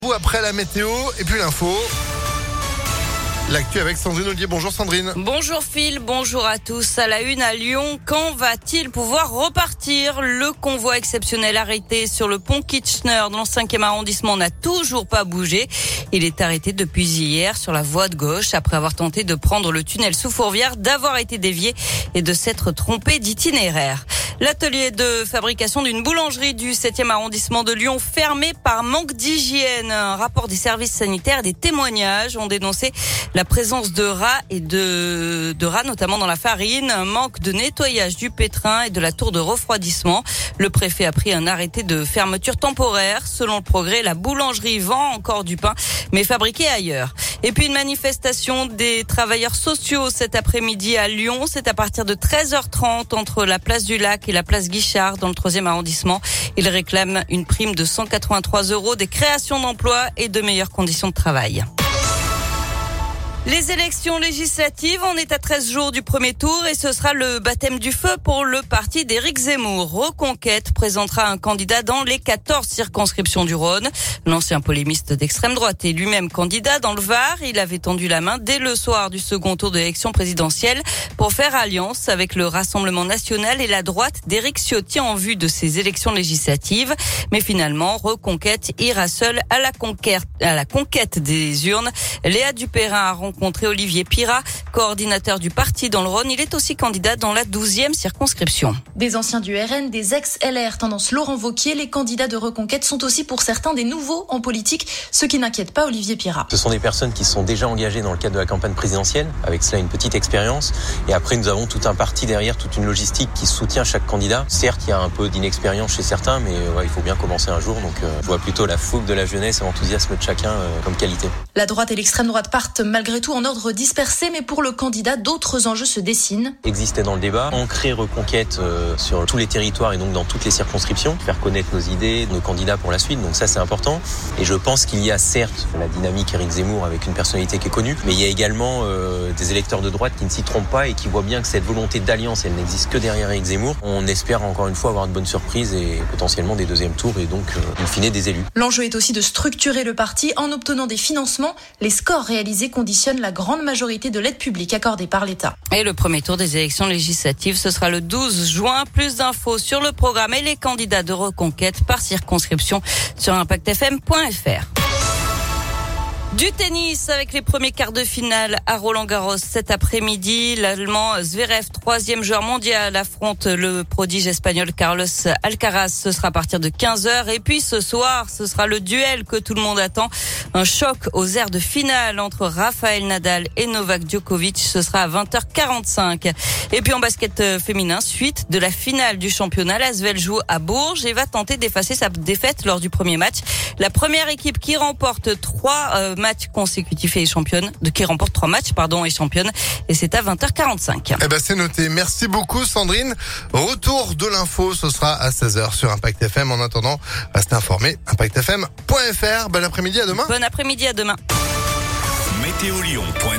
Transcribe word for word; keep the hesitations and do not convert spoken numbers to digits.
Ou après la météo et puis l'info. L'actu avec Sandrine Ollier. Bonjour Sandrine. Bonjour Phil, bonjour à tous. À la une à Lyon, quand va-t-il pouvoir repartir? Le convoi exceptionnel arrêté sur le pont Kitchener dans le cinquième arrondissement n'a toujours pas bougé. Il est arrêté depuis hier sur la voie de gauche après avoir tenté de prendre le tunnel sous Fourvière, d'avoir été dévié et de s'être trompé d'itinéraire. L'atelier de fabrication d'une boulangerie du septième arrondissement de Lyon fermé par manque d'hygiène. Un rapport des services sanitaires et des témoignages ont dénoncé la présence de rats et de, de rats notamment dans la farine, un manque de nettoyage du pétrin et de la tour de refroidissement. Le préfet a pris un arrêté de fermeture temporaire. Selon le Progrès, la boulangerie vend encore du pain, mais fabriqué ailleurs. Et puis une manifestation des travailleurs sociaux cet après-midi à Lyon. C'est à partir de treize heures trente entre la place du Lac et la place Guichard dans le troisième arrondissement. Ils réclament une prime de cent quatre-vingt-trois euros, des créations d'emplois et de meilleures conditions de travail. Les élections législatives, on est à treize jours du premier tour et ce sera le baptême du feu pour le parti d'Éric Zemmour. Reconquête présentera un candidat dans les quatorze circonscriptions du Rhône. L'ancien polémiste d'extrême droite est lui-même candidat dans le Var. Il avait tendu la main dès le soir du second tour de l'élection présidentielle pour faire alliance avec le Rassemblement national et la droite d'Éric Ciotti en vue de ces élections législatives. Mais finalement, Reconquête ira seul à la conquête, à la conquête des urnes. Léa Dupérin a rencontré Olivier Pirat, coordinateur du parti dans le Rhône. Il est aussi candidat dans la douzième circonscription. Des anciens du R N, des ex-L R, tendance Laurent Wauquiez, les candidats de Reconquête sont aussi pour certains des nouveaux en politique, ce qui n'inquiète pas Olivier Pirat. Ce sont des personnes qui sont déjà engagées dans le cadre de la campagne présidentielle, avec cela une petite expérience. Et après, nous avons tout un parti derrière, toute une logistique qui soutient chaque candidat. Certes, il y a un peu d'inexpérience chez certains, mais ouais, il faut bien commencer un jour. Donc, euh, je vois plutôt la fougue de la jeunesse et l'enthousiasme de chacun euh, comme qualité. La droite et l'extrême droite partent malgré tout en ordre dispersé, mais pour le candidat, d'autres enjeux se dessinent. Exister dans le débat, ancrer Reconquête euh, sur tous les territoires et donc dans toutes les circonscriptions, faire connaître nos idées, nos candidats pour la suite. Donc ça, c'est important. Et je pense qu'il y a certes la dynamique Éric Zemmour avec une personnalité qui est connue, mais il y a également euh, des électeurs de droite qui ne s'y trompent pas et qui voient bien que cette volonté d'alliance, elle n'existe que derrière Éric Zemmour. On espère encore une fois avoir de bonnes surprises et potentiellement des deuxièmes tours et donc euh, in fine des élus. L'enjeu est aussi de structurer le parti en obtenant des financements. Les scores réalisés conditionnent la grande majorité de l'aide publique accordée par l'État. Et le premier tour des élections législatives, ce sera le douze juin. Plus d'infos sur le programme et les candidats de Reconquête par circonscription sur impact f m point f r. Du tennis avec les premiers quarts de finale à Roland-Garros cet après-midi. L'Allemand Zverev, troisième joueur mondial, affronte le prodige espagnol Carlos Alcaraz. Ce sera à partir de quinze heures. Et puis ce soir, ce sera le duel que tout le monde attend. Un choc aux aires de finale entre Rafael Nadal et Novak Djokovic. Ce sera à vingt heures quarante-cinq. Et puis en basket féminin, suite de la finale du championnat, l'Asvel joue à Bourges et va tenter d'effacer sa défaite lors du premier match. La première équipe qui remporte trois euh, matchs consécutifs et est championne, de qui remporte trois matchs, pardon, et championne. Et c'est à vingt heures quarante-cinq. Eh ben, c'est noté. Merci beaucoup, Sandrine. Retour de l'info, ce sera à seize heures sur Impact F M. En attendant, restez informés. impact f m point f r. Bon après-midi, à demain. Bon après-midi, à demain. météo lyon point